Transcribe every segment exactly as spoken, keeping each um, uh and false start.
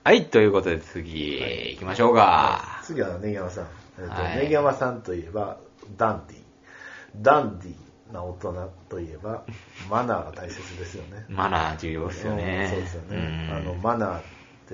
はい、ということで次、はい、行きましょうか。 はい、次はネギ山さん。えーとはい、ネギ山さんといえば、ダンディ。ダンディな大人といえば、マナーが大切ですよね。 マナー重要ですよね。 そうですよね。あの、マナーって、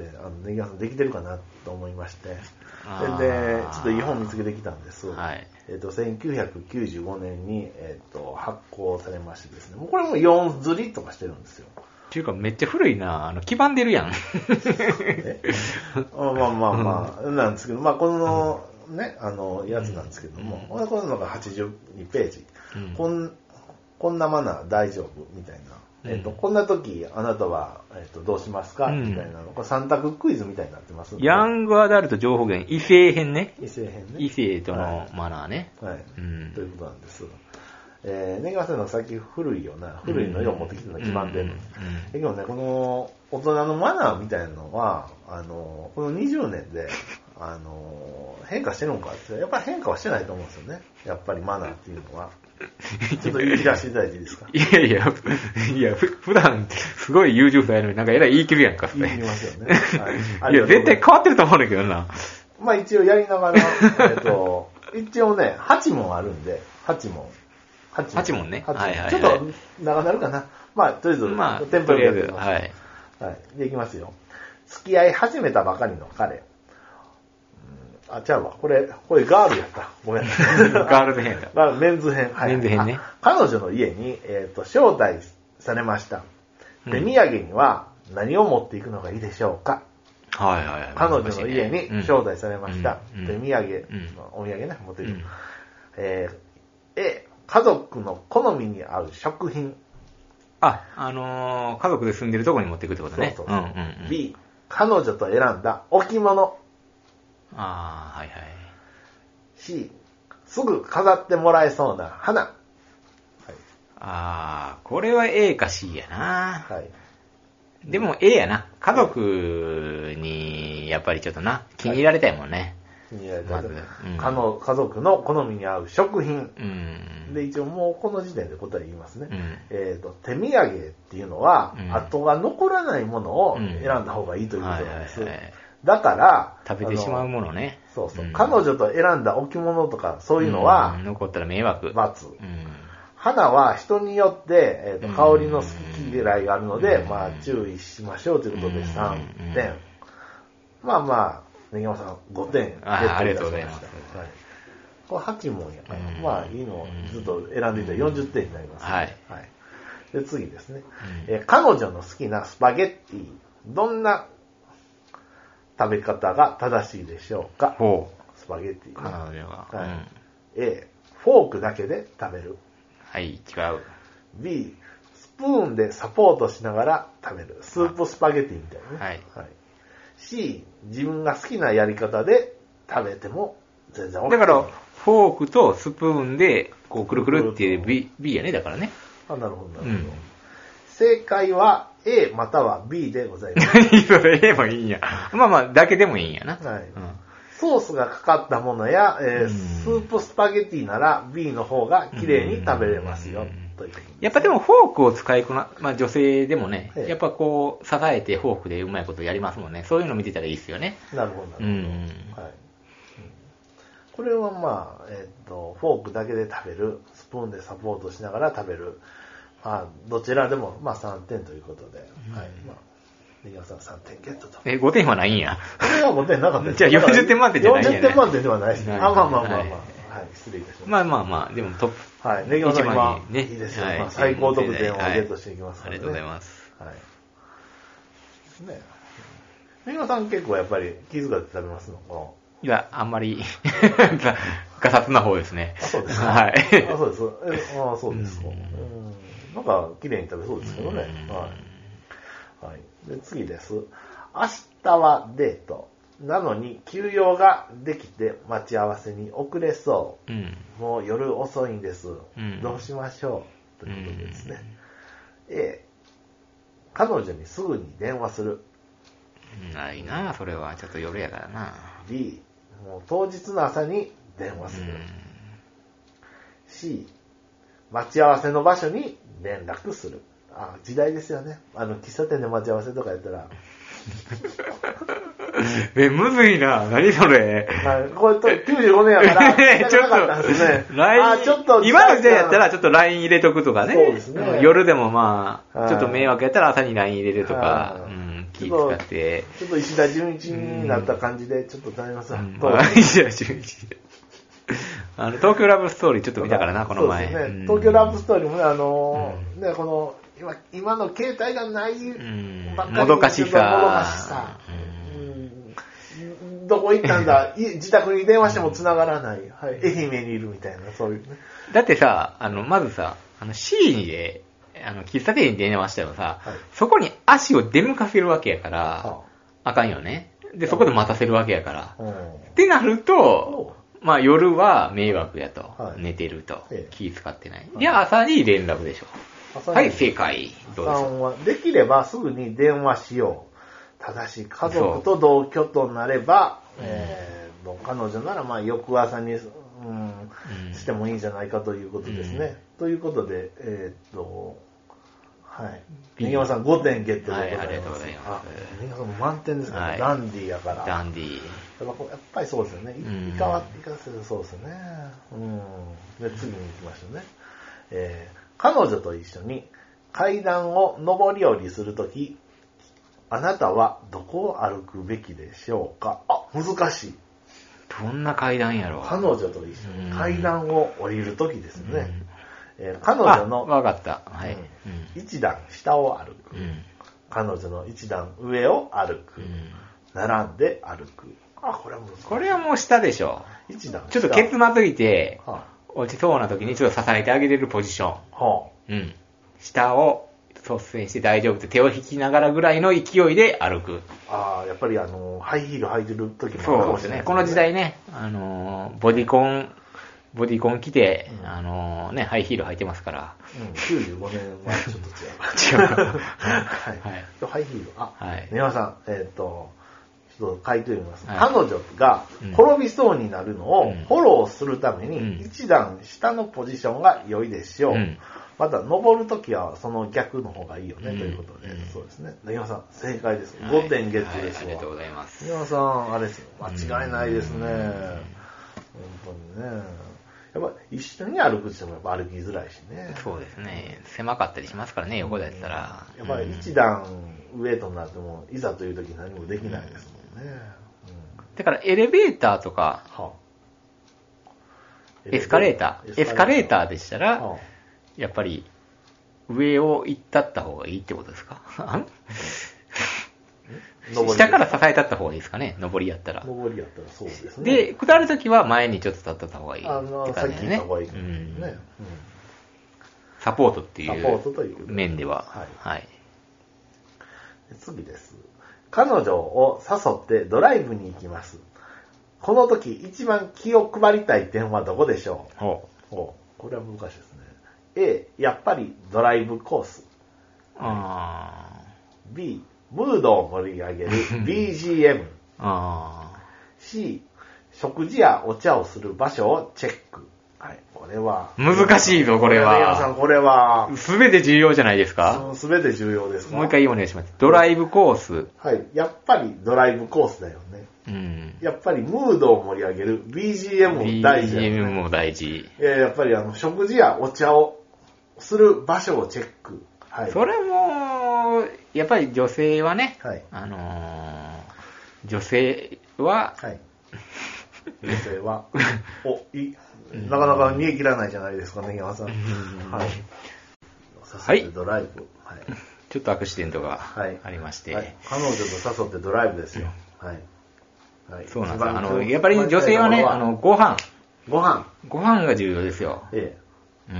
あの、ネギ山さんできてるかなと思いまして。それで、ちょっといい本見つけてきたんです。はい。えっ、ー、と、せんきゅうひゃくきゅうじゅうごねんに、えっ、ー、と、発行されましてですね。もうこれもよん刷りとかしてるんですよ。 っていうか、めっちゃ古いな。あの、黄ばんでるやん。 えまあまあまあまあ、なんですけど、まあこのね、あの、やつなんですけども、うん、こののがはちじゅうにページ。うん、こん、こんなマナー大丈夫みたいな。えっと、こんな時、あなたは、えっと、どうしますか、うん、みたいなの。これさん択クイズみたいになってますんで。 ヤングアダルト情報源、異性編ね。 異性編ね。 異性とのマナーね。 はい。はい、うん、ということなんです。えー、ネギワさんのさっき古いよな、古いの色持ってきてるの基盤で。だけどね、この大人のマナーみたいなのは、あの、このにじゅうねんで、あの、変化してるのかって、やっぱり変化はしてないと思うんですよね。やっぱりマナーっていうのは。ちょっと言い出していただいていいですか？ いやいや、いや、普段、すごい優柔不断やのになんかえらい言い切るやんか、 言い切りますよね。 はい。いや、絶対変わってると思うんだけどな。 まあ一応やりながら、えっと、一応ね、はち問あるんで、はち問。 はち問ね。 はち問はいはいはい。 ちょっと長なるかな。まあ、とりあえず、 まあ、 テンポよくやっていきます。 はい。 はい。で、いきますよ。付き合い始めたばかりの彼。あ、ちゃうわ。これ、これガールやった。ごめん。 ガールズ編だ。 メンズ編。はい。 メンズ編ね。 彼女の家に、えっと、招待されました。手土産には何を持っていくのがいいでしょうか？ はいはいはい。 彼女の家に招待されました。手土産、お土産ね、持っていく。えー、A、家族の好みに合う食品。 あ、あのー、家族で住んでるとこに持っていくってことね。 そうそうそう。うんうんうん、B、彼女と選んだ置物。 ああ、はいはい。 C、すぐ飾ってもらえそうな花。はい、 ああ、これは A か C やな。 はい。 でも A やな。家族に、やっぱりちょっとな、気に入られたいもんね。 気に入られたい。まず、うん、家族の好みに合う食品。 うん、 で、一応もうこの時点で答え言いますね。うん、えっと、手土産っていうのは、うん、後が残らないものを選んだ方がいいということなんです。うんはいはいはい、だから、 食べてしまうものね。 そうそう、うん。彼女と選んだ置物とか、そういうのは、 うん、残ったら迷惑。 ×。 うん花は人によって、えーと、香りの好き嫌いがあるので、うん、まあ注意しましょうということでさんてん。うん、まあまあ、ネギ山さんごてんゲットいたしました。 ありがとうございます。 はい、これはち問やから、うん、まあいいのをずっと選んでいたらよんじゅってんになります、ね。はい。はい。で、次ですね、うんえー。彼女の好きなスパゲッティ。どんな食べ方が正しいでしょうか？ ほう。 スパゲッティ、ね。 彼女が。 はい。うん、A、フォークだけで食べる。 はい、違う。 B、スプーンでサポートしながら食べる。スープスパゲティみたいなね。 はい。はい、 C、自分が好きなやり方で食べても全然 OK。 だから、フォークとスプーンで、こう、くるくるっていう B、B やね、だからね。 あ、なるほど、なるほど。うん、正解は A または B でございます。 何それ A もいいんや。まあまあ、だけでもいいんやな。 はい。うんソースがかかったものや、えー、スープスパゲティなら B の方が綺麗に食べれますよ。という、 やっぱでもフォークを使いこな、まあ女性でもね、ええ、やっぱこう、支えてフォークでうまいことやりますもんね。そういうの見てたらいいですよね。 なるほど、なるほど。うんはい、これはまあ、えっと、フォークだけで食べる、スプーンでサポートしながら食べる。まあ、どちらでも、まあさんてんということで。はい。まあネギ山さんさんてんゲットと。 え、ごてんはないんや。 これはごてんなかったです。 じゃあよんじゅってん満点じゃないんや、ね。 よんじゅってん満点ではないですね。あ、まあまあまあまあ。はい、はい、失礼いたしました。 まあまあまあ、でもトップ。 はい。ネギ山さん今、ね、いいですよ。はいまあ、最高得点をゲットしていきますからね、 はい。ありがとうございます。 はい。ねネギ山さん結構やっぱり気遣って食べますのこのいや、あんまり、ガサツな方ですね。 あ、そうですか。 はい。 あ、そうです。え、あ、そうですか。うん。なんか、綺麗に食べそうですけどね。はい。はい。で、次です。明日はデート。なのに休養ができて待ち合わせに遅れそう。うん、もう夜遅いんです。うん、どうしましょうということですね。うん、A、彼女にすぐに電話する。 ないなそれは。ちょっと夜やからな。 B、もう当日の朝に電話する。うん、C、待ち合わせの場所に連絡する。あ、時代ですよね。あの、喫茶店で待ち合わせとかやったら、 え、むずいな。何それ。 はい、これときゅうじゅうごねんやから、 ちょっと、 ね、 ライン、あちょっと今の時代やったらちょっと ライン 入れとくとかね。 そうですね。 夜でもまあ、ちょっと迷惑やったら朝に ライン 入れるとか、うん、気使って。 ちょっと石田純一になった感じで、ちょっと頼みますわ。 石田純一。あの、東京ラブストーリーちょっと見たからな、この前。 そうですね。東京ラブストーリーもね、あのー、ね、この、今、今の携帯がないばっかりもどかしさ。 もどかしさ。どこ行ったんだ自宅に電話しても繋がらない。はい。愛媛にいるみたいな、そういうね。 だってさ、あの、まずさ、あの、シーにで、あの、喫茶店に電話したらさ、はい、そこに足を出向かせるわけやから、はあ、あかんよね。で、そこで待たせるわけやから。うん、ってなると、まあ夜は迷惑やと。はい、寝てると。ええ、気使ってない。で、朝に連絡でしょ。はい、正解。 どうでしょう。できればすぐに電話しよう。ただし、家族と同居となれば、えー、彼女ならまあ翌朝に、うんうん、してもいいんじゃないかということですね。うん、ということで、えー、っと、はい。根際さんごてんゲットでございます。はい、ありがとうございます。あ、根際さんも満点ですから、はい、ダンディーやから。 ダンディー。 やっぱりそうですよね。いかわ、いかせるそうですよね。うん。で、次に行きましょうね。えー、彼女と一緒に階段を上り下りするとき、あなたはどこを歩くべきでしょうか？あ、難しい。 どんな階段やろう。 彼女と一緒に階段を降りるときですね。えー、彼女のわかった。はい。 うん、一段下を歩く、うん。彼女の一段上を歩く。うん、並んで歩く。あ、これは難しい。 これはもう下でしょ。一段下。ちょっとケツまずいて、はあ、落ちそうなときにちょっと支えてあげれるポジション。はあ、うん。下を率先して大丈夫って手を引きながらぐらいの勢いで歩く。 ああ、やっぱりあの、ハイヒール履いてる時もあるかもしれない、ね。そうですね。この時代ね、あの、ボディコン、ボディコン着て、うん、あのね、ハイヒール履いてますから。 うん、きゅうじゅうごねんはちょっと違う。違う。はい。はい。ハイヒール。あ、はい。根山さん、えっ、ー、と、ちょっと書いております。はい、彼女が転びそうになるのをフォローするために、一段下のポジションが良いでしょう。うん、また、登るときはその逆の方がいいよね、うん、ということで、うん、そうですね。根山さん、正解です。ごてんゲットですわ、はいはい。ありがとうございます。根山さん、あれですよ。間違いないですね。うん、本当にね。やっぱ一緒に歩くってもやっぱ歩きづらいしね。 そうですね。狭かったりしますからね、横だったら。 やっぱり一段上となっても、いざというとき何もできないですもんね。 うん、だからエレベーターとか、はあ、エスカレーター、エスカレーターでしたら、はあ、やっぱり上を行ったった方がいいってことですか？下から支えたった方がいいですかね、上りやったら。 上りやったらそうですね。 で、下るときは前にちょっと立った方がいいって感じですね。さっき言った方がいいですね、うんうん。 サポートっていう面では。はい。はい、 次です。彼女を誘ってドライブに行きます。この時一番気を配りたい点はどこでしょう？ほう。ほう。これは難しいですね。A、やっぱりドライブコース。あ B、ムードを盛り上げる ビージーエム。あ C、食事やお茶をする場所をチェック。はい、これは。 難しいぞ、これは。 皆さん、これは。 すべて重要じゃないですか？ すべて重要ですか？ もう一回お願いします。ドライブコース。 はい、やっぱりドライブコースだよね。うん、やっぱりムードを盛り上げる ビージーエム も大事だよね。ビージーエムも大事。 やっぱりあの食事やお茶をする場所をチェック。 はい。それも、やっぱり女性はね、はい、あのー、女性は、はい、 女性は、お、い、なかなか見え切らないじゃないですかね、山さん。はい。 はい。 ドライブ。はい。 ちょっとアクシデントがありまして。はいはい、 彼女と誘ってドライブですよ。はい。 はい、そうなんですよ。あの、やっぱり女性はね、あの、ご飯。 ご飯。 ご飯が重要ですよ。ええ。うん。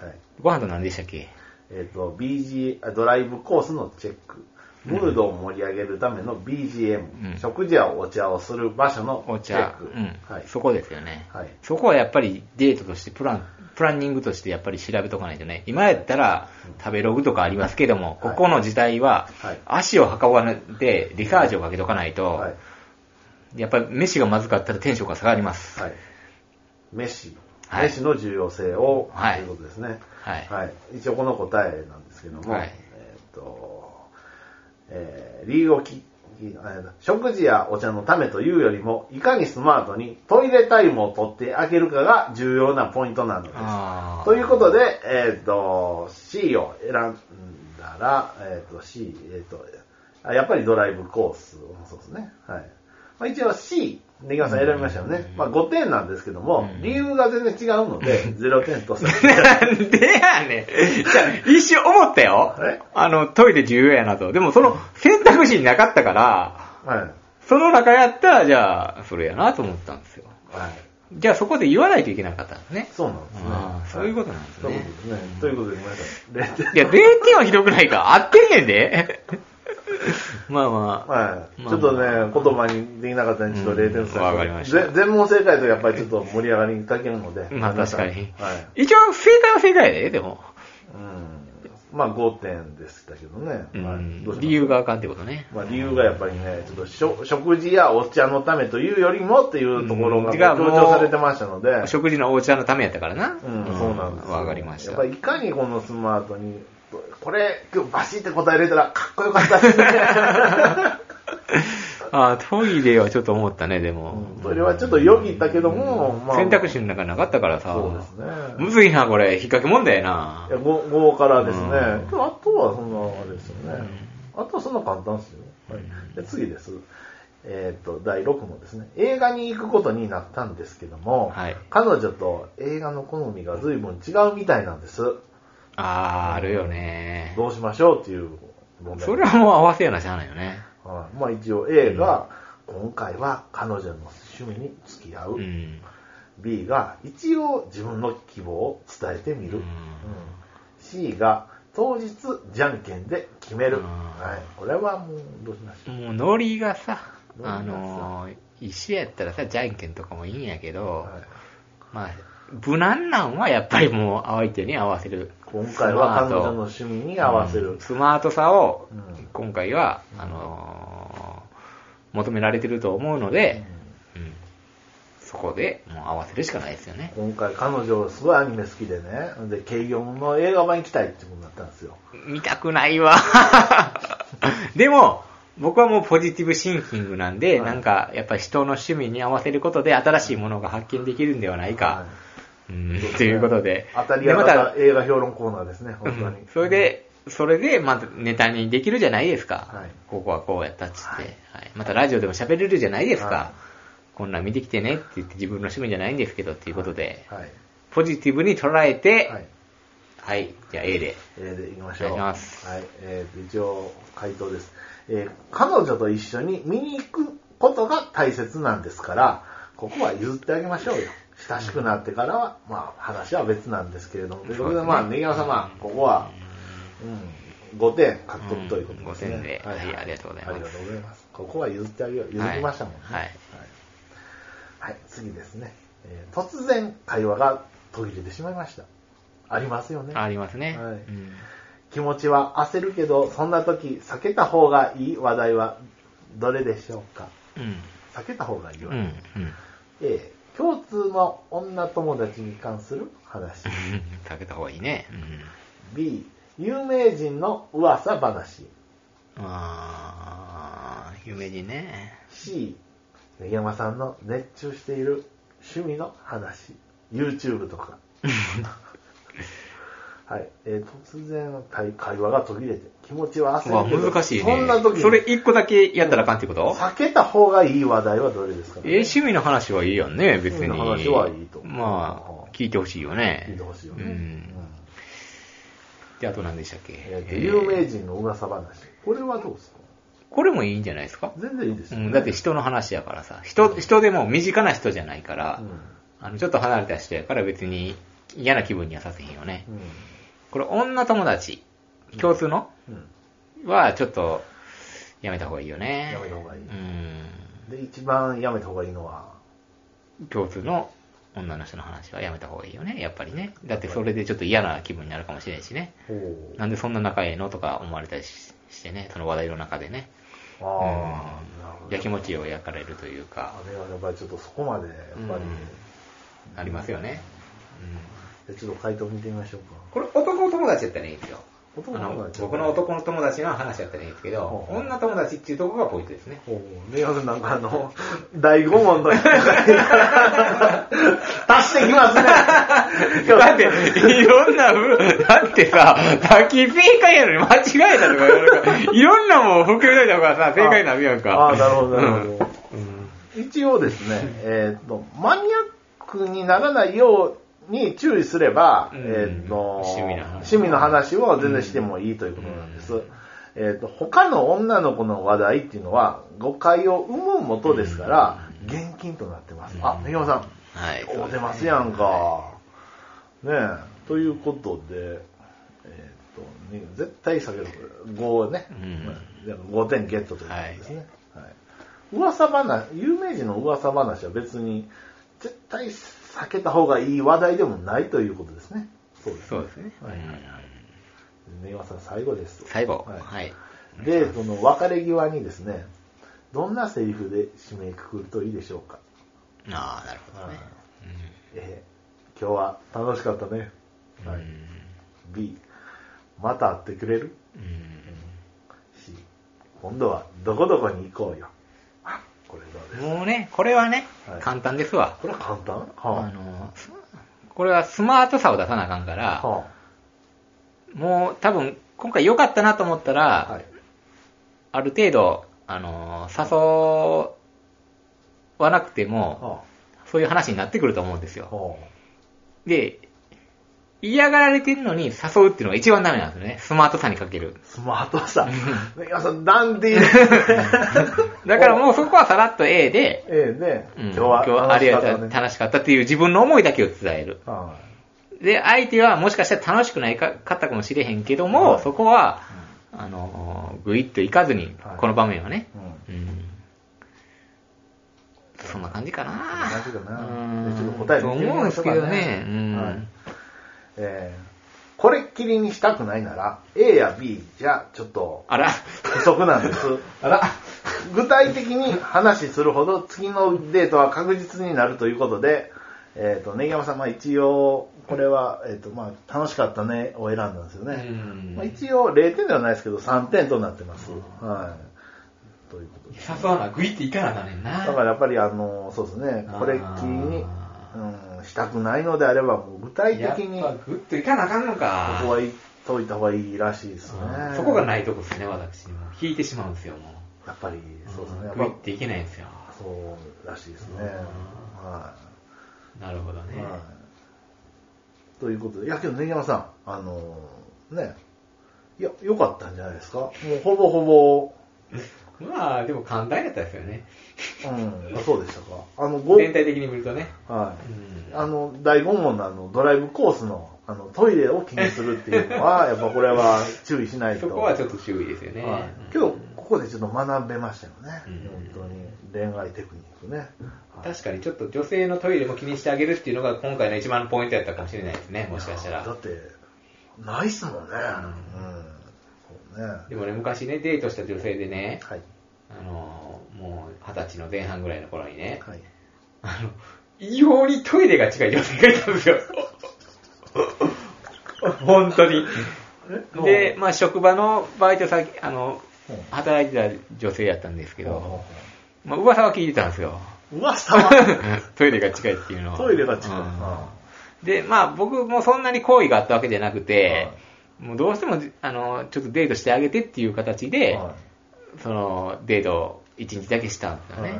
はい。ご飯と何でしたっけ？ えっと、ビージー、ドライブコースのチェック。ムードを盛り上げるための ビージーエム。うん、食事やお茶をする場所のチェック。 うんはい、そこですよね、はい。そこはやっぱりデートとしてプラン、プランニングとしてやっぱり調べとかないとね。今やったら食べログとかありますけども、うん、ここの時代は足を運ばないでリサーチをかけとかないと、はい、やっぱり飯がまずかったらテンションが下がります。はい、 飯。はい、飯の重要性を、はい、ということですね。はい。はい。一応この答えなんですけども、はい、えっと、 えー、理由を聞き、食事やお茶のためというよりも、いかにスマートにトイレタイムを取ってあげるかが重要なポイントなのです。ということで、えっ、ー、と、C を選んだら、えっ、ー、と、C、えっ、ー、と、やっぱりドライブコース、そうですね。はい。まあ、一応 C、ネギワさん選びましたよね。まあごてんなんですけども、理由が全然違うので、ゼロてんとさせて。 なんでやねん。じゃあ、一瞬思ったよ。あの、トイレ重要やなと。でもその選択肢になかったから、はい、その中やったら、じゃあ、それやなと思ったんですよ。はい、じゃあそこで言わないといけなかったんですね。 そうなんですね。 あそういうことなんですね。 そういうことですね。ということで、ごめんなさい。 いや、れいてんはひどくないか。合ってんねんで。まあまあ。 はい。ちょっとね、言葉にできなかったんで、ちょっとれいてん差。 わかりました。 全問正解とやっぱりちょっと盛り上がりに欠けるので。 まあ確かに。はい。一応正解は正解やで、でも。 うん。まあごてんでしたけどね。 うん、はい、理由があかんってことね。 まあ理由がやっぱりね、ちょっと食事やお茶のためというよりもっていうところが強調されてましたので。 食事のお茶のためやったからな。 うん、うん、そうなんです。 わかりました。 やっぱりいかにこのスマートに、これ今日バシって答えれたらかっこよかったですね。 あトイレはちょっと思ったね、でも。 うん、トイレはちょっとよぎったけども、 まあ、選択肢の中になかったからさ。 そうですね。 むずいな、これ。引っ掛け問題やな。 いや、ご、ごからですね。うん、あとはそんな、あれですよね。うん、あとはそんな簡単ですよ。はい、で次です。えっ、ー、と、だいろく問ですね。映画に行くことになったんですけども、はい、彼女と映画の好みが随分違うみたいなんです。 あー、あるよね。 どうしましょうっていう問題。 それはもう合わせやなしゃあないよね。 はい、まあ一応 A が、うん、今回は彼女の趣味に付き合う。うん、B が一応自分の希望を伝えてみる。うんうん、C が当日じゃんけんで決める。はい、これはもうどうしましょう。 もうノリがさ、あのー、一緒やったらさ、じゃんけんとかもいいんやけど、はい、まあ、無難なんはやっぱりもう相手に合わせる。 今回は彼女の趣味に合わせる。 うん、スマートさを今回は、うん、あのー、求められてると思うので、うんうん、そこでもう合わせるしかないですよね。 今回彼女すごいアニメ好きでね、で、軽音の映画版行きたいってことになったんですよ。 見たくないわ。でも、僕はもうポジティブシンキングなんで、はい、なんかやっぱり人の趣味に合わせることで新しいものが発見できるんではないか。はい、うん、ということで。 当たり屋型映画評論コーナーですね、本当に。 それで、それで、またネタにできるじゃないですか。はい、ここはこうやったっつって、はいはい。またラジオでも喋れるじゃないですか。はい、こんなん見てきてねって言って自分の趣味じゃないんですけどっていうことで、はいはい、ポジティブに捉えて、はい、はい、じゃあ A で。 A でいきましょう。 お願いします。 はい、えー、一応回答です。えー、彼女と一緒に見に行くことが大切なんですから、ここは譲ってあげましょうよ。親しくなってからは、まあ話は別なんですけれども。ということで、まあ、ネギワ様、ここは、うん、ごてん獲得ということですね。 うん、ごてんで、はい、はい、ありがとうございます。 ありがとうございます。ここは譲ってあげよう。譲りましたもんね。はい。はい。はい、次ですね、えー。突然会話が途切れてしまいました。ありますよね。 ありますね。 はい。うん、気持ちは焦るけど、そんな時避けた方がいい話題はどれでしょうか。うん、避けた方がいい話題。うんうん、A、共通の女友達に関する話。 避けた方がいいね。うん、 B、有名人の噂話。 あー、有名人ね。 C、根山さんの熱中している趣味の話。YouTube とか。はい、えー、突然会話が途切れて気持ちは焦るけど難しいね。そんな時それ一個だけやったらあかんってこと？ 避けた方がいい話題はどれですかね？ えー、趣味の話はいいよね、別に。 趣味の話はいいと。 まあ聞いてほしいよね。 聞いてほしいよね。うん。うん、 であと何でしたっけ？ えー、有名人の噂話。これはどうですか？ これもいいんじゃないですか？ 全然いいですよ、ね。 うん、だって人の話やからさ、人人でも身近な人じゃないから、うん、あのちょっと離れた人やから別に嫌な気分にはさせへんよね。うん、これ女友達共通の、うん、はちょっとやめた方がいいよね。 やめた方がいい。うん、で一番やめた方がいいのは共通の女の人の話はやめた方がいいよね、やっぱりね。だってそれでちょっと嫌な気分になるかもしれんしね。なんでそんな仲ええのとか思われたりしてね、その話題の中でね。ああ、うん、なるほど。やきもちを焼かれるというか。 あれはやっぱりちょっとそこまでやっぱり、 うん、ありますよね。 うん、ちょっと回答見てみましょうか。 これ男友達やったらいいんですよ。 あの僕の男の友達の話だったらいいんですけど、ほうほう女友達っていうところがポイントですね。 ほうほうね、なんかあの、第五問の足してきますね。 だって、いろんな、だってさ、さっき正解やのに間違えたとか言われるから、いろんなもん含めといた方がさ、正解になるやんか。 ああ、なるほど、なるほど。うん、一応ですね、えっと、マニアックにならないように注意すれば、うん、えっと、趣味の話、趣味の話を全然してもいいということなんです。うん、えっと、他の女の子の話題っていうのは誤解を生む元ですから、厳禁となってます。うん、あ、ねぎまさん。はい。お出ますやんか。はい、ねえ。ということで、えっと、ね、絶対下げる。ごね、うん。ごてんゲットということですね。はい。はい、噂話、有名人の噂話は別に、絶対避けた方がいい話題でもないということですね。 そうですね。そうですね。はいはいはい。 ねぎまさん最後です。 最後。はい。はい、 で、その別れ際にですね、どんなセリフで締めくくるといいでしょうか。 ああ、なるほどね。 うん、えー、今日は楽しかったね。はい、B、また会ってくれる？うん、C、今度はどこどこに行こうよ。あ、これどうです？ もうね、これはね、はい、簡単ですわ。 これは簡単？はあ、あのこれはスマートさを出さなあかんから、はあ、もう多分今回良かったなと思ったら、はい、ある程度あの誘わなくても、はあ、そういう話になってくると思うんですよ。はあ、で、嫌がられてるのに誘うっていうのが一番ダメなんですよね。スマートさにかける。 スマートさ。ねぎまさん、なんでだからもうそこはさらっと A で、 A で、 うん、今日は楽しかった、ね、楽しかったっていう自分の思いだけを伝える。はあ、で、相手はもしかしたら楽しくないかったかもしれへんけども、はい、そこは、うん、あの、ぐいっといかずに、はい、この場面はね。うんうん、そんな感じかな。 そんな感じかな。 うん。ちょっと答え見てみましょうかね。思うんですけどね。うん。はい、 えーこれっきりにしたくないなら A や B じゃちょっと不足なんです。あら具体的に話するほど次のデートは確実になるということで、えっ、ー、とねぎまさん、まあ、一応これは、えーとまあ、楽しかったねを選んだんですよね。まあ、一応れいてんではないですけどさんてんとなってます。はい。ということで。 誘わなグイっていかなあかんねんな。 だからやっぱりあのそうですね、これっきりに。うん、したくないのであればもう具体的にやっぱグッといかなあかんのか。 ここは言っといた方がいいらしいですね。 そこがないとこですね、私も引いてしまうんですよ。もうやっぱりそうですね。 グイっていけないんですよ。 そうらしいですね。はい。なるほどね。はい、 ということで、いやけどねぎまさん、あのー、ね、いや良かったんじゃないですか。もうほぼほぼ。 まあでも簡単だったですよね。 うん、そうでしたか。あの全体的に見るとね。 はい。うん、あのだいご問のあのドライブコースのあのトイレを気にするっていうのはやっぱこれは注意しないと。 そこはちょっと注意ですよね。はい。 けどここでちょっと学べましたよね。うん、本当に恋愛テクニックね。 確かにちょっと女性のトイレも気にしてあげるっていうのが今回の一番のポイントやったかもしれないですね。もしかしたら。 だってないっすもんね。うん。 うん、ね、でもね、昔ね、デートした女性でね、はい、あの、もう二十歳の前半ぐらいの頃にね、はい、あの、異様にトイレが近い女性がいたんですよ。本当に。で、まあ職場のバイト先、あの、働いてた女性やったんですけど、まあ噂は聞いてたんですよ。 噂はトイレが近いっていうのは。 トイレが近い。うん、 で、まあ僕もそんなに好意があったわけじゃなくて、もうどうしても、あの、ちょっとデートしてあげてっていう形で、はい、その、デートを一日だけしたんですよね。はい、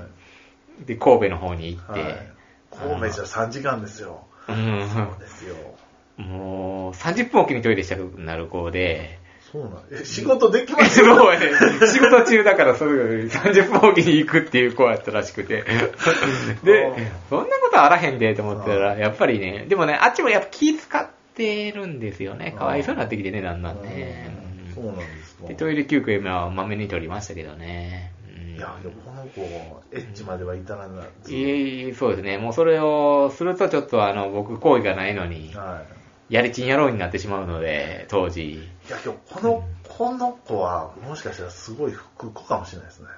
で、神戸の方に行って。はい、 神戸じゃさんじかんですよ。うん。そうですよ。 もう、さんじゅっぷんおきにトイレしたくなる子で。 そうなんえ、仕事できますよ。そうね。仕事中だからそういうさんじゅっぷんおきに行くっていう子やったらしくて。で、そんなことあらへんでと思ったら、やっぱりね、でもね、あっちもやっぱ気使って、てるんですよね。かわいそうになってきてね、だんだんね。 そうなんですか。 でトイレ休憩はまめに取りましたけどね。 うん、いや、でもこの子、エッチまでは至らない。 いい、そうですね。もうそれをするとちょっとあの、僕、好意がないのに、はい、やりちん野郎になってしまうので、当時。いや、今日、この、うん、この子は、もしかしたらすごい服子かもしれないですね。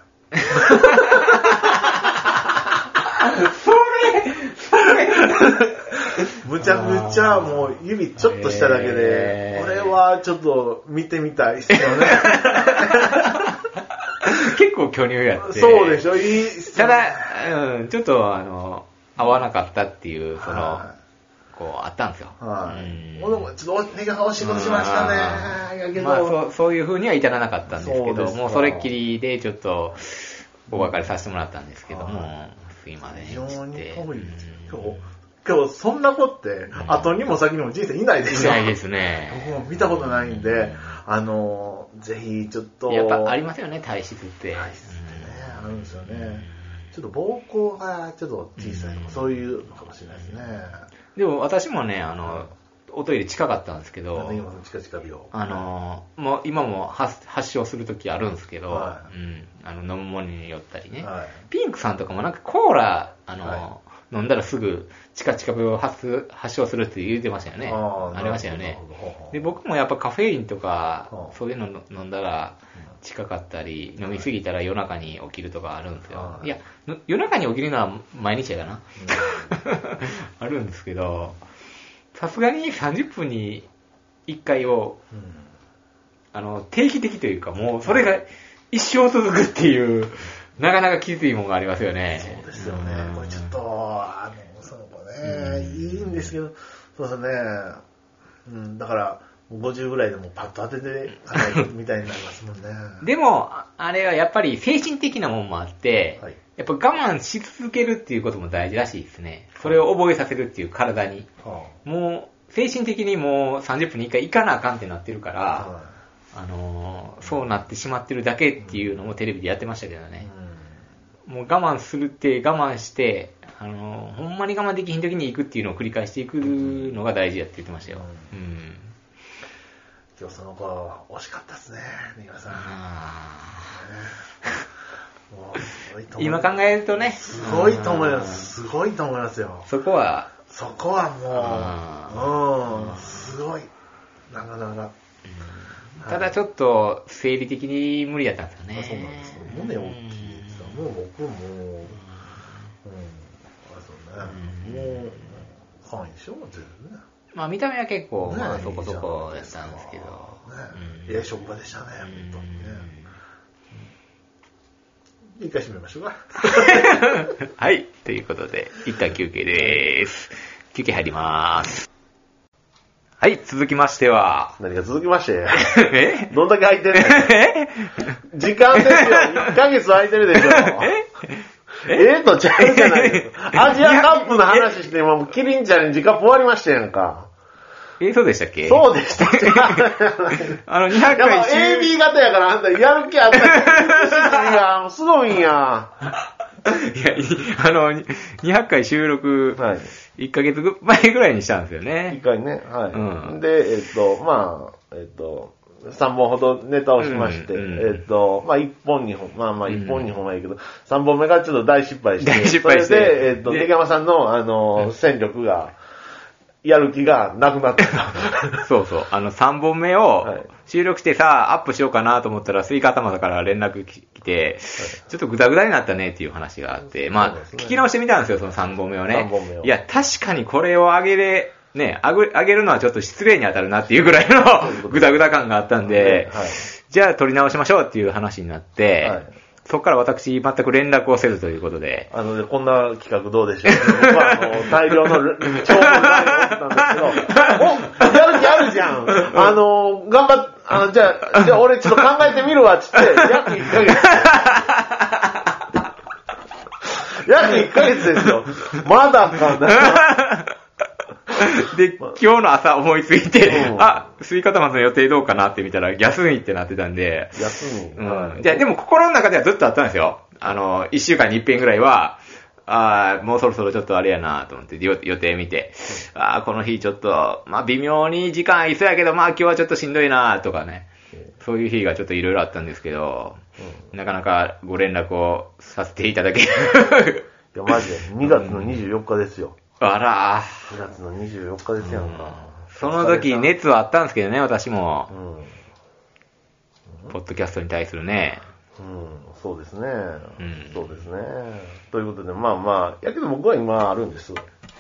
それ、それ、 むちゃくちゃもう指ちょっとしただけで、これはちょっと見てみたいですよね。 結構巨乳やって。 そうでしょ、いい。 ただ、うん、ちょっとあの、合わなかったっていう、その、はい、こう、あったんですよ。はい。 うん、ちょっと手が欲しいことしましたね。やけどまあそう、そういう風には至らなかったんですけど、もうそれっきりでちょっと、お別れさせてもらったんですけども、すいません。 非常に遠いですよ。今日、今日そんな子って、後にも先にも人生いないでしょ。 いないですね。 僕も見たことないんで、あの、ぜひちょっと。 やっぱありますよね、体質って。 体質ってね、あるんですよね。ちょっと膀胱がちょっと小さいとか、そういうのかもしれないですね。 でも私もね、あの、おトイレ近かったんですけど、 今の近々病。 あの、もう今も発発症するときあるんですけど、 はい、うん、あの飲むものによったりね、 はい、 ピンクさんとかもなんかコーラ、あの、はい、飲んだらすぐチカチカ病を発発症するって言ってましたよね。あ, ありましたよね。で、僕もやっぱカフェインとか、そういうの飲んだら近かったり、飲みすぎたら夜中に起きるとかあるんですよ。いや、夜中に起きるのは毎日やかな。あるんですけど、さすがにさんじゅっぷんにいっかいを、うん、あの、定期的というか、もうそれが一生続くっていう、なかなかきついものがありますよね。 そうですよね。うん、これちょっと、あの、その子ね、うん、いいんですけど、そうですね、うん、だから、ごじゅうぐらいでもパッと当ててかないみたいになりますもんね。 でも、あれはやっぱり精神的なもんもあって、はい、やっぱ我慢し続けるっていうことも大事らしいですね。それを覚えさせるっていう体に。はあ、もう、精神的にもうさんじゅっぷんにいっかい行かなあかんってなってるから、はあ、あのー、そうなってしまってるだけっていうのもテレビでやってましたけどね。うん、もう我慢するって我慢して、あのー、ほんまに我慢できひん時に行くっていうのを繰り返していくのが大事やって言ってましたよ。うんうん、 今日その子は惜しかったですね、新村さん。 もうすごいと思います。今考えるとね。 すごいと思います。すごいと思いますよ。 そこは。 そこはもう、うん、すごい。なかなか。 ただちょっと生理的に無理だったんですよね。 そうなんですよ。胸大きいですから、もう僕も、うん、あれですよね。もう、範囲でしょ、全然ね。 まあ見た目は結構、まあそこそこやったんですけど。 ええ職場でしたね、本当にね。一回閉めましょうか。 はい。ということで、一旦休憩でーす。休憩入りまーす。はい。続きましては。 何が続きましてえどんだけ空いてんのえ時間ですよ。いっかげつ空いてるでしょ。えええとちゃうじゃないですか。アジアカップの話して、もうキリンちゃんに時間終わりましたやんか。 え、そうでしたっけそうでしたっけあの、にひゃっかい収録。 エービー 型やからあんたやる気あったら、すごいんや。いや、 あの、にひゃっかい収録、はい、いっかげつまえぐらいにしたんですよね。 いっかいね、はい。うん、で、えっと、まあ、えっと、さんぼんほどネタをしまして、うんうん、えっと、まあ、いっぽんにほん、まあまあ、いっぽんにほんはいいけど、うん、さんぼんめがちょっと大失敗して、 大失敗して、 それで、えっと、ネギ山さんの、あの、戦力が、やる気がなくなったそうそう。あの、さんぼんめを収録してさ、アップしようかなと思ったら、スイカ頭から連絡来て、ちょっとグダグダになったねっていう話があって、まあ、聞き直してみたんですよ、そのさんぼんめをね。さんぼんめを。いや、確かにこれを上げれ、ね、上げ、上げるのはちょっと失礼に当たるなっていうぐらいのグダグダ感があったんで、はい、じゃあ撮り直しましょうっていう話になって、はい、そこから私、全く連絡をせずということで。 あのね、こんな企画どうでしょう。僕は、あの、大量の情報があったんですけど、おやる気あるじゃん。あの、頑張っ、あの、じゃあ、じゃあ俺ちょっと考えてみるわ、つって、約いっかげつ。約いっかげつですよ。まだかな。 で、今日の朝思いついて、うん、あ、スイカ玉の予定どうかなって見たら、休みってなってたんで。 休みうん。じゃあ、でも心の中ではずっとあったんですよ。あの、一週間に一遍ぐらいは、あもうそろそろちょっとあれやなと思って予定見て、うん、あこの日ちょっと、まあ微妙に時間合いそうやけど、まあ今日はちょっとしんどいなとかね。うん、そういう日がちょっといろいろあったんですけど、うん、なかなかご連絡をさせていただける。 いや、マジで、にがつのにじゅうよっかですよ。 あらー。にがつのにじゅうよっかですやんか。うん、 その時熱はあったんですけどね、私も。うん、ポッドキャストに対するね。 うん、そうですね。うん、そうですね。ということで、まあまあ、やけど僕は今あるんです。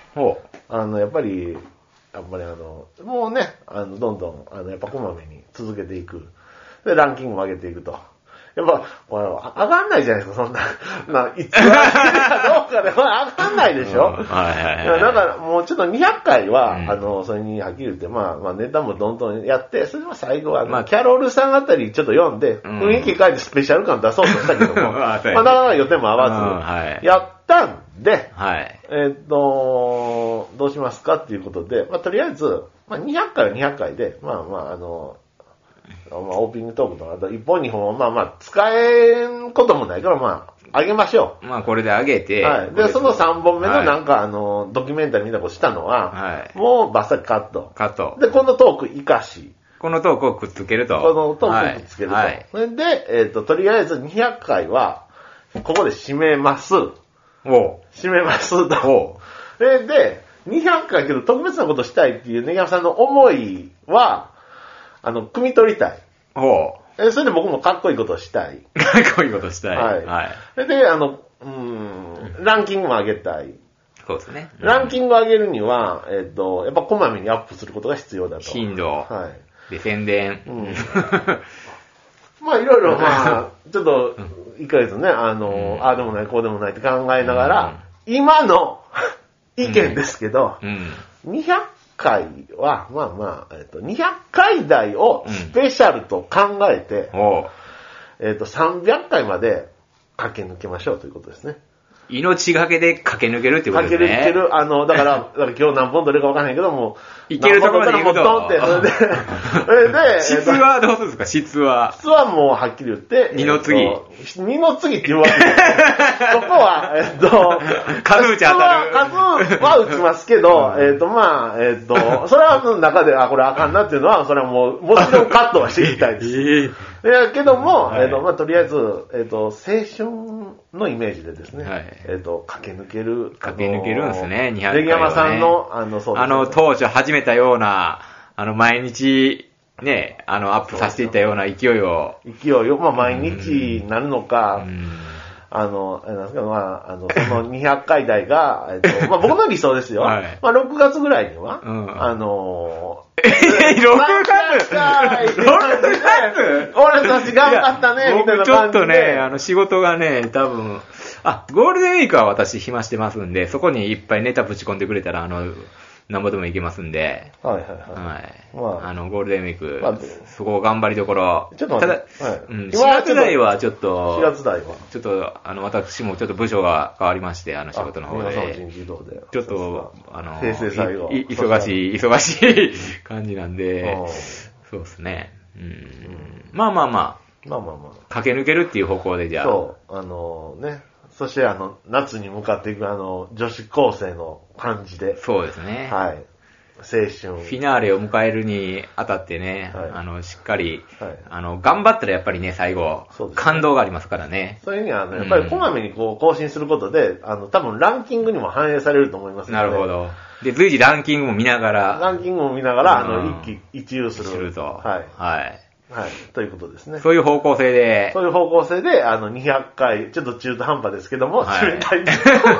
ほう。あの、やっぱり、やっぱりあの、もうね、あの、どんどん、あの、やっぱこまめに続けていく。で、ランキングも上げていくと。やっぱ、これ、上がんないじゃないですか、そんな。な、いつ上がってるかどうかで、これ上がんないでしょ、うん、はいはいはい。だから、もうちょっとにひゃっかいは、うん、あの、それにはっきり言って、まあ、まあ、ネタもどんどんやって、それは最後は、まあ、キャロルさんあたりちょっと読んで、うん、雰囲気変えてスペシャル感出そうとしたけども、まあ、なかなか予定も合わず、うんはい、やったんで、はい、えー、っと、どうしますかっていうことで、まあ、とりあえず、まあ、にひゃっかいはにひゃっかいで、まあまあ、あの、まあ、オープニングトークとか、いっぽんにほんはまあまあ、使えんこともないから、まあ、あげましょう。まあ、これであげて。 はい。で、そのさんぼんめのなんか、はい、あの、ドキュメンタリーみたいなことしたのは、はい、もうバッサリカット。 カット。 で、このトーク活かし。 このトークをくっつけると。 このトークをくっつけると。はい。それで、えっ、ー、と、とりあえずにひゃっかいは、ここで締めます。お締めますと。おそれで、にひゃっかいけど特別なことしたいっていうネギ山さんの思いは、あの、汲み取りたい。おえそれで僕もかっこいいことをしたい。 かっこいいことしたい。 はい。はい、で、あの、うーん、ランキングも上げたい。 そうですね。 うん、ランキングを上げるには、えっ、ー、と、やっぱこまめにアップすることが必要だと。 頻度。はい。で、宣伝。うん。 まあ、いろいろ、まあ、ちょっと、いっかげつね、あの、うん、ああでもない、こうでもないって考えながら、うん、今の意見ですけど、うんうん、にひゃっかいは、まあまあ、えっと、にひゃっかい台をスペシャルと考えて、うん、えっと、さんびゃっかいまで駆け抜けましょうということですね。 命がけで駆け抜けるってことですね。 駆け抜ける、あの、だから、だから今日何本取れるかわからないけども、 いけるところまで行くと。 何本取ったらもうドンって、それで、それで、 質はどうするんですか、質は。 質はもうはっきり言って、 二の次。 二の次って言うわけです。そこは、えっと、 数打ち当たる。 数は打ちますけど、えっと、まあ、えっと、それはの中で、あ、これあかんなっていうのは、それはもう、もちろんカットはしていきたいです。えー、いやけども、はい、えっと、まあ、とりあえず、えっと、青春のイメージでですね、はい、えっと、駆け抜ける。 駆け抜けるんですね、にひゃっかい、ね。 ネギ山さんの、あの、 そうですね。あの、当初始めたような、あの、毎日、ね、あの、アップさせていったような勢いを。 勢いを、まあ、毎日になるのか、あの、なんですか、まあ、あの、そのにひゃっかい台が、えっと、まあ、僕の理想ですよ。はい、まあ、ろくがつぐらいには、うん、あのー、え、ろくがつ ?ろくがつ俺たち頑張ったね、みたいな感じで。 ちょっとね、あの、仕事がね、多分、あ、ゴールデンウィークは私暇してますんで、そこにいっぱいネタぶち込んでくれたら、あの、なんぼでもいけますんで。はいはいはい。はい。まあ、あの、ゴールデンウィーク、まあ、そこ頑張りどころ。ちょっと待って。ただ、はい、うん、しがつ台はちょっと、 しがつ台はちょっと、あの、私もちょっと部署が変わりまして、あの、仕事の方で。 でちょっと、あの、 平成最後。 忙しい、忙しい感じなんで、そうですね。うん。うん、まあまあまあ。まあまあまあ。駆け抜けるっていう方向でじゃあ。 そう、あのね。そしてあの、夏に向かっていくあの、女子高生の感じで。 そうですね。 はい。青春。 フィナーレを迎えるにあたってね、はい、あの、しっかり、はい、あの、頑張ったらやっぱりね、最後、ね、感動がありますからね。 そういう意味は、ね、やっぱりこまめにこう、更新することで、あの、多分ランキングにも反映されると思いますので。 なるほど。で、随時ランキングも見ながら。 ランキングも見ながら、うん、あの、一喜一憂する。 すると。 はい。はい。はい。ということですね。 そういう方向性で。 そういう方向性で、あの、にひゃっかい、ちょっと中途半端ですけども、はい、締めたい。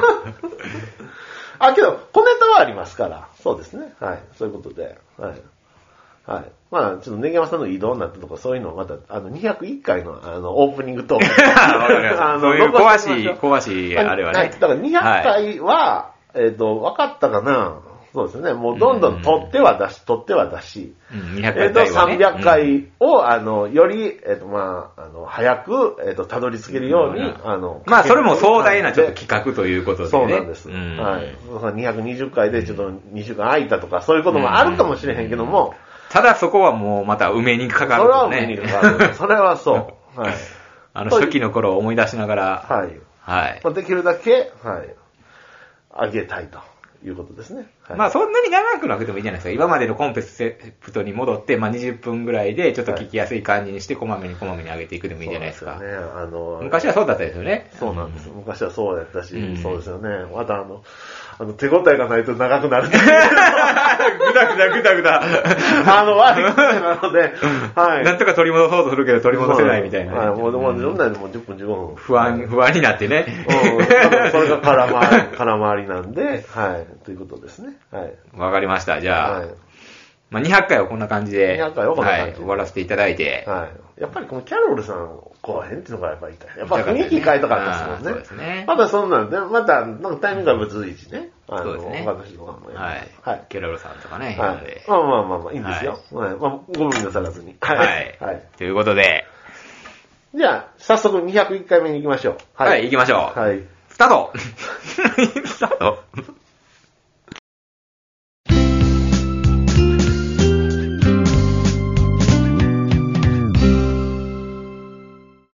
あ、けど、小ネタはありますから。そうですね。はい。そういうことで。はい。はい。まあ、ちょっとネギ山さんの移動になったとか、そういうのをまた、あの、にひゃくいっかいの、あの、オープニングトーク。 あの、そういう詳しい、詳しい、あれはね。 はい。だからにひゃっかいは、はい、えっと、分かったかな。そうですね。もうどんどん取っては出し、取っては出し。 うん、にひゃっかい、ね。 えっと、さんびゃっかいを、うん、あの、より、えっと、まあ、あの、早く、えっと、たどり着けるように、うん、あの、 まあ、それも壮大なちょっと企画ということでね。 そうなんです。うん、はい。にひゃくにじゅっかいでちょっとにしゅうかん空いたとか、そういうこともあるかもしれへんけども。うん、 ただそこはもうまた埋めにかかる、ね。 それは埋めにかかる。それはそう。はい。 あの、初期の頃を思い出しながら。 はい。はい。まあ、できるだけ、はい。あげたいと。いうことですね。 はい、まあそんなに長くなくてもいいじゃないですか。今までのコンセプトに戻って、まあにじゅっぷんぐらいでちょっと聞きやすい感じにして、こまめにこまめに上げていくでもいいじゃないですか。そうですよね。あの、昔はそうだったですよね。 そうなんです。昔はそうやったし、うん、そうですよね。またあの、 あの、手応えがないと長くなるっていう。 ぐだぐだぐだぐだ。 あの、悪い癖なので、はい。 なんとか取り戻そうとするけど取り戻せないみたいな、ね。 はい、もう、もう、どんなんでもじゅっぷんじゅうごふん。 不安、不安になってね。 うん。それが空回り、空回りなんで、はい。ということですね。はい。 わかりました。じゃあ、はい、まあ、にひゃっかいはこんな感じで、 にひゃっかいはこんな感じで、 はい、終わらせていただいて、 はい。やっぱりこのキャロルさん後編っていうのがやっぱりいい。やっぱ雰囲気変えたかったですもんね。 そうですね。 またそんなんで、また、なんかタイミングが別いしね。 あの、そうですね。 他の人とかもはい。はい。キャロルさんとかね。 はい。まあまあまあまあ、いいんですよ。はい。まあ、ご無理なさらずに。 はい。はい。ということで。 じゃあ、早速にひゃくいっかいめに行きましょう。 はい、行きましょう。 はい。 スタートスタート